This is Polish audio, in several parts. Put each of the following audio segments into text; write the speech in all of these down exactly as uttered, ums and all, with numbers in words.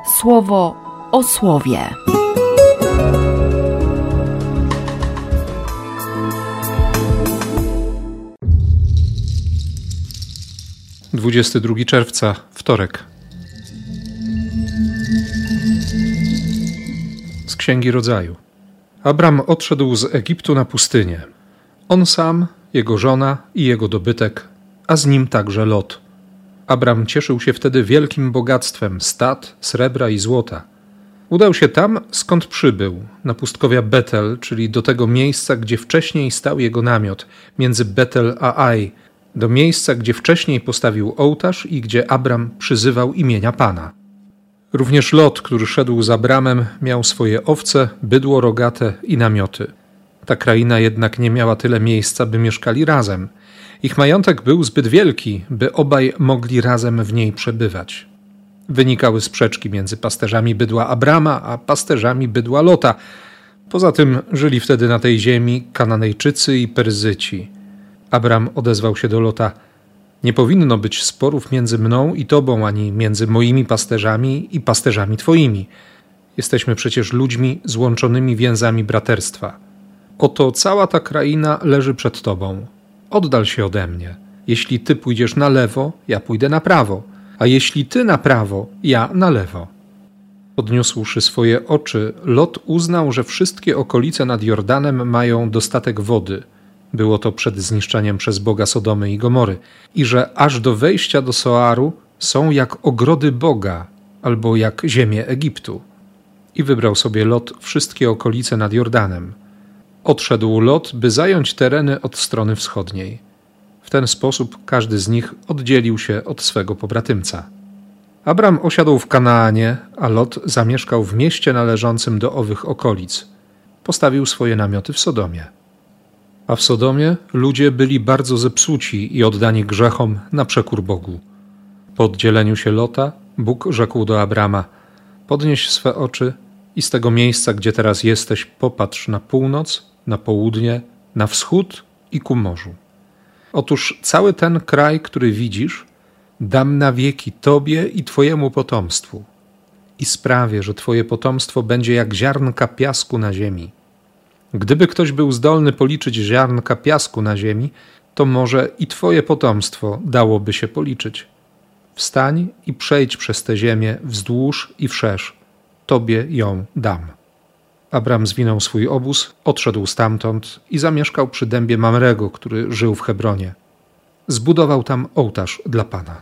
Słowo o słowie. dwudziestego drugiego czerwca, wtorek. Z Księgi Rodzaju. Abram odszedł z Egiptu na pustynię. On sam, jego żona i jego dobytek, a z nim także Lot. Abram cieszył się wtedy wielkim bogactwem stad, srebra i złota. Udał się tam, skąd przybył, na pustkowia Betel, czyli do tego miejsca, gdzie wcześniej stał jego namiot, między Betel a Aj, do miejsca, gdzie wcześniej postawił ołtarz i gdzie Abram przyzywał imienia Pana. Również Lot, który szedł za Abramem, miał swoje owce, bydło rogate i namioty. Ta kraina jednak nie miała tyle miejsca, by mieszkali razem. Ich majątek był zbyt wielki, by obaj mogli razem w niej przebywać. Wynikały sprzeczki między pasterzami bydła Abrama a pasterzami bydła Lota. Poza tym żyli wtedy na tej ziemi Kananejczycy i Peryzyci. Abram odezwał się do Lota: nie powinno być sporów między mną i tobą, ani między moimi pasterzami i pasterzami twoimi. Jesteśmy przecież ludźmi złączonymi więzami braterstwa. Oto cała ta kraina leży przed tobą. Oddal się ode mnie. Jeśli ty pójdziesz na lewo, ja pójdę na prawo, a jeśli ty na prawo, ja na lewo. Podniósłszy swoje oczy, Lot uznał, że wszystkie okolice nad Jordanem mają dostatek wody. Było to przed zniszczeniem przez Boga Sodomy i Gomory. I że aż do wejścia do Soaru są jak ogrody Boga, albo jak ziemię Egiptu. I wybrał sobie Lot wszystkie okolice nad Jordanem. Odszedł Lot, by zająć tereny od strony wschodniej. W ten sposób każdy z nich oddzielił się od swego pobratymca. Abram osiadł w Kanaanie, a Lot zamieszkał w mieście należącym do owych okolic. Postawił swoje namioty w Sodomie. A w Sodomie ludzie byli bardzo zepsuci i oddani grzechom na przekór Bogu. Po oddzieleniu się Lota, Bóg rzekł do Abrama: podnieś swe oczy i z tego miejsca, gdzie teraz jesteś, popatrz na północ, na południe, na wschód i ku morzu. Otóż cały ten kraj, który widzisz, dam na wieki tobie i twojemu potomstwu i sprawię, że twoje potomstwo będzie jak ziarnka piasku na ziemi. Gdyby ktoś był zdolny policzyć ziarnka piasku na ziemi, to może i twoje potomstwo dałoby się policzyć. Wstań i przejdź przez tę ziemię wzdłuż i wszerz. Tobie ją dam. Abram zwinął swój obóz, odszedł stamtąd i zamieszkał przy dębie Mamrego, który żył w Hebronie. Zbudował tam ołtarz dla Pana.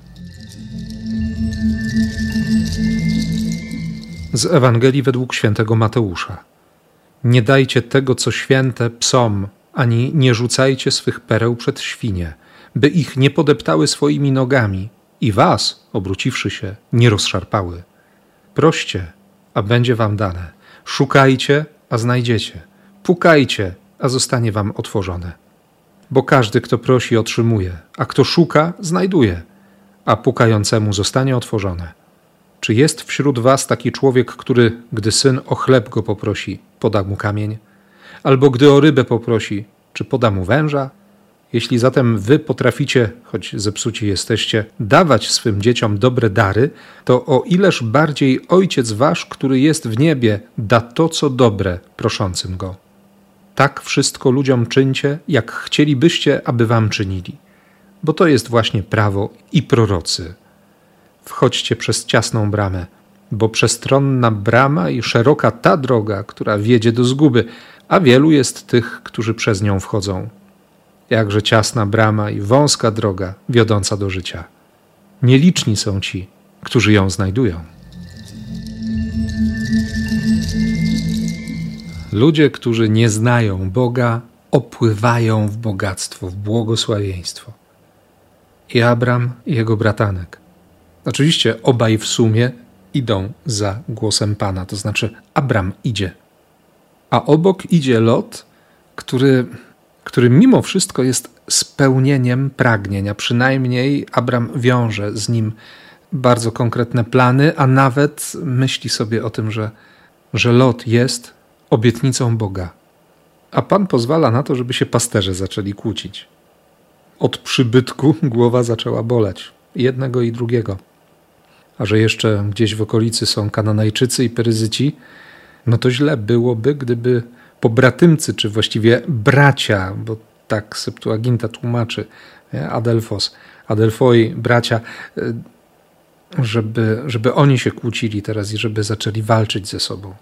Z Ewangelii według świętego Mateusza. Nie dajcie tego, co święte, psom, ani nie rzucajcie swych pereł przed świnie, by ich nie podeptały swoimi nogami i was, obróciwszy się, nie rozszarpały. Proście, a będzie wam dane. Szukajcie, a znajdziecie. Pukajcie, a zostanie wam otworzone. Bo każdy, kto prosi, otrzymuje, a kto szuka, znajduje, a pukającemu zostanie otworzone. Czy jest wśród was taki człowiek, który, gdy syn o chleb go poprosi, poda mu kamień? Albo gdy o rybę poprosi, czy poda mu węża? Jeśli zatem wy potraficie, choć zepsuci jesteście, dawać swym dzieciom dobre dary, to o ileż bardziej Ojciec wasz, który jest w niebie, da to, co dobre proszącym go. Tak wszystko ludziom czyńcie, jak chcielibyście, aby wam czynili. Bo to jest właśnie prawo i prorocy. Wchodźcie przez ciasną bramę, bo przestronna brama i szeroka ta droga, która wiedzie do zguby, a wielu jest tych, którzy przez nią wchodzą. Jakże ciasna brama i wąska droga wiodąca do życia. Nieliczni są ci, którzy ją znajdują. Ludzie, którzy nie znają Boga, opływają w bogactwo, w błogosławieństwo. I Abram, i jego bratanek. Oczywiście obaj w sumie idą za głosem Pana, to znaczy Abram idzie. A obok idzie Lot, który, który mimo wszystko jest spełnieniem pragnień, a przynajmniej Abram wiąże z nim bardzo konkretne plany, a nawet myśli sobie o tym, że, że Lot jest obietnicą Boga. A Pan pozwala na to, żeby się pasterze zaczęli kłócić. Od przybytku głowa zaczęła boleć, jednego i drugiego. a że jeszcze gdzieś w okolicy są Kananejczycy i Peryzyci, no to źle byłoby, gdyby pobratymcy, czy właściwie bracia, bo tak Septuaginta tłumaczy, nie? Adelfos, Adelfoi, bracia, żeby, żeby oni się kłócili teraz i żeby zaczęli walczyć ze sobą.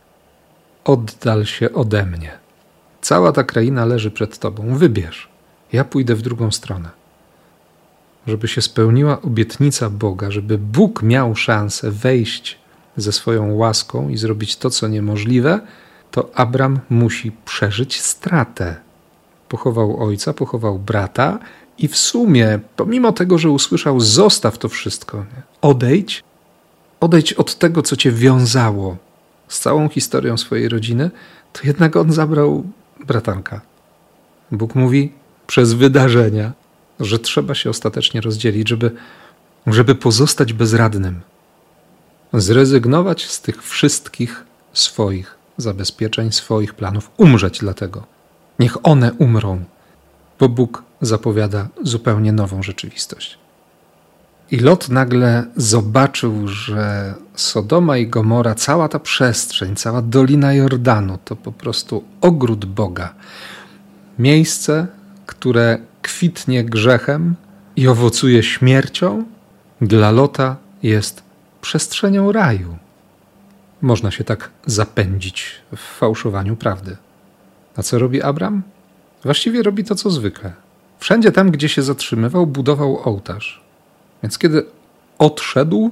Oddal się ode mnie. Cała ta kraina leży przed Tobą. Wybierz. Ja pójdę w drugą stronę. Żeby się spełniła obietnica Boga, żeby Bóg miał szansę wejść ze swoją łaską i zrobić to, co niemożliwe, to Abram musi przeżyć stratę. Pochował ojca, pochował brata i w sumie, pomimo tego, że usłyszał, zostaw to wszystko, nie? odejdź, odejdź od tego, co cię wiązało z całą historią swojej rodziny, to jednak on zabrał bratanka. Bóg mówi przez wydarzenia, że trzeba się ostatecznie rozdzielić, żeby, żeby pozostać bezradnym. Zrezygnować z tych wszystkich swoich zabezpieczeń, swoich planów, umrzeć dlatego. Niech one umrą, bo Bóg zapowiada zupełnie nową rzeczywistość. I Lot nagle zobaczył, że Sodoma i Gomora, cała ta przestrzeń, cała Dolina Jordanu to po prostu ogród Boga. Miejsce, które kwitnie grzechem i owocuje śmiercią, dla Lota jest przestrzenią raju. Można się tak zapędzić w fałszowaniu prawdy. A co robi Abram? Właściwie robi to, co zwykle. Wszędzie tam, gdzie się zatrzymywał, budował ołtarz. Więc kiedy odszedł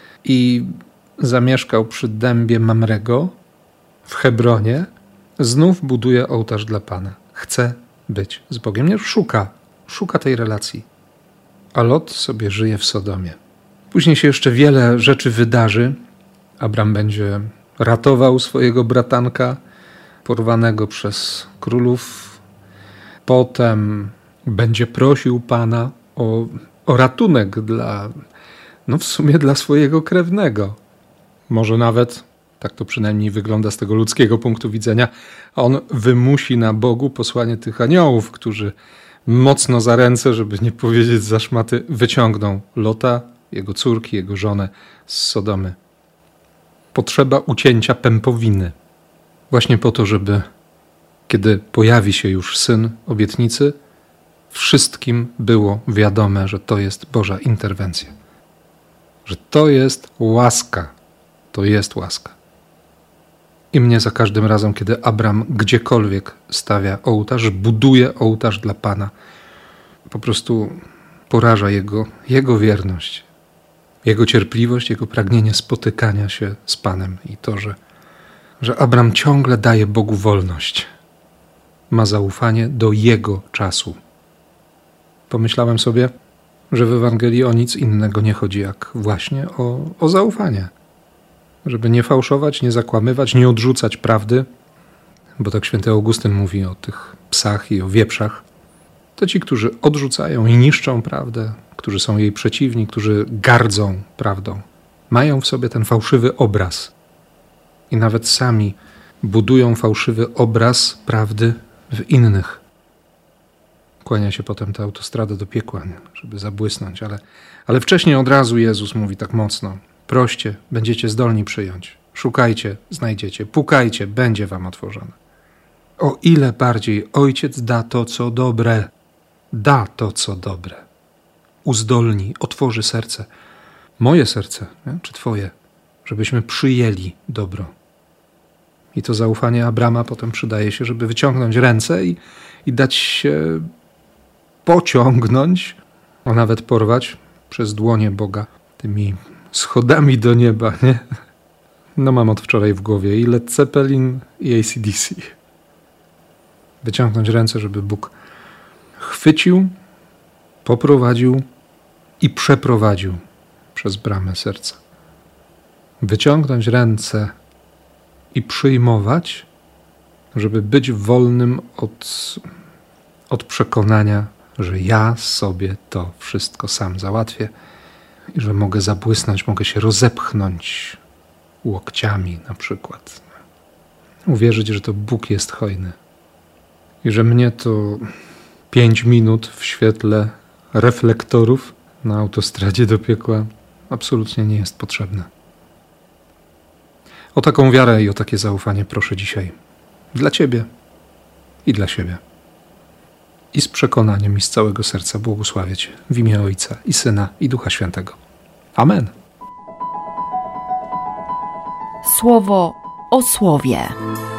i zamieszkał przy dębie Mamrego w Hebronie, znów buduje ołtarz dla Pana. Chce być z Bogiem. Nie szuka, szuka tej relacji. A Lot sobie żyje w Sodomie. Później się jeszcze wiele rzeczy wydarzy. Abram będzie ratował swojego bratanka porwanego przez królów. Potem będzie prosił Pana o, o ratunek dla, no w sumie dla swojego krewnego. Może nawet, tak to przynajmniej wygląda z tego ludzkiego punktu widzenia, on wymusi na Bogu posłanie tych aniołów, którzy mocno za ręce, żeby nie powiedzieć za szmaty, wyciągną Lota, jego córki, jego żonę z Sodomy. Potrzeba ucięcia pępowiny. Właśnie po to, żeby kiedy pojawi się już syn obietnicy, wszystkim było wiadome, że to jest Boża interwencja. Że to jest łaska. To jest łaska. I mnie za każdym razem, kiedy Abram gdziekolwiek stawia ołtarz, buduje ołtarz dla Pana, po prostu poraża jego, jego wierność, jego cierpliwość, jego pragnienie spotykania się z Panem i to, że, że Abram ciągle daje Bogu wolność. Ma zaufanie do Jego czasu. Pomyślałem sobie, że w Ewangelii o nic innego nie chodzi, jak właśnie o, o zaufanie. Żeby nie fałszować, nie zakłamywać, nie odrzucać prawdy, bo tak święty Augustyn mówi o tych psach i o wieprzach. To ci, którzy odrzucają i niszczą prawdę, którzy są jej przeciwni, którzy gardzą prawdą, mają w sobie ten fałszywy obraz i nawet sami budują fałszywy obraz prawdy w innych. Kłania się potem ta autostrada do piekła, nie? Żeby zabłysnąć, ale, ale wcześniej od razu Jezus mówi tak mocno: proście, będziecie zdolni przyjąć, szukajcie, znajdziecie, pukajcie, będzie wam otworzone. O ile bardziej Ojciec da to, co dobre, da to, co dobre. Uzdolni, otworzy serce. Moje serce, nie? Czy twoje, żebyśmy przyjęli dobro. I to zaufanie Abrama potem przydaje się, żeby wyciągnąć ręce i, i dać się pociągnąć, a nawet porwać przez dłonie Boga tymi schodami do nieba, nie? No mam od wczoraj w głowie i Led Zeppelin, i A C D C. Wyciągnąć ręce, żeby Bóg chwycił, poprowadził i przeprowadził przez bramę serca. Wyciągnąć ręce i przyjmować, żeby być wolnym od, od przekonania, że ja sobie to wszystko sam załatwię i że mogę zabłysnąć, mogę się rozepchnąć łokciami na przykład. Uwierzyć, że to Bóg jest hojny i że mnie to pięć minut w świetle reflektorów na autostradzie do piekła absolutnie nie jest potrzebne. O taką wiarę i o takie zaufanie proszę dzisiaj. Dla Ciebie i dla siebie. I z przekonaniem i z całego serca błogosławię Cię w imię Ojca i Syna i Ducha Świętego. Amen. Słowo o słowie.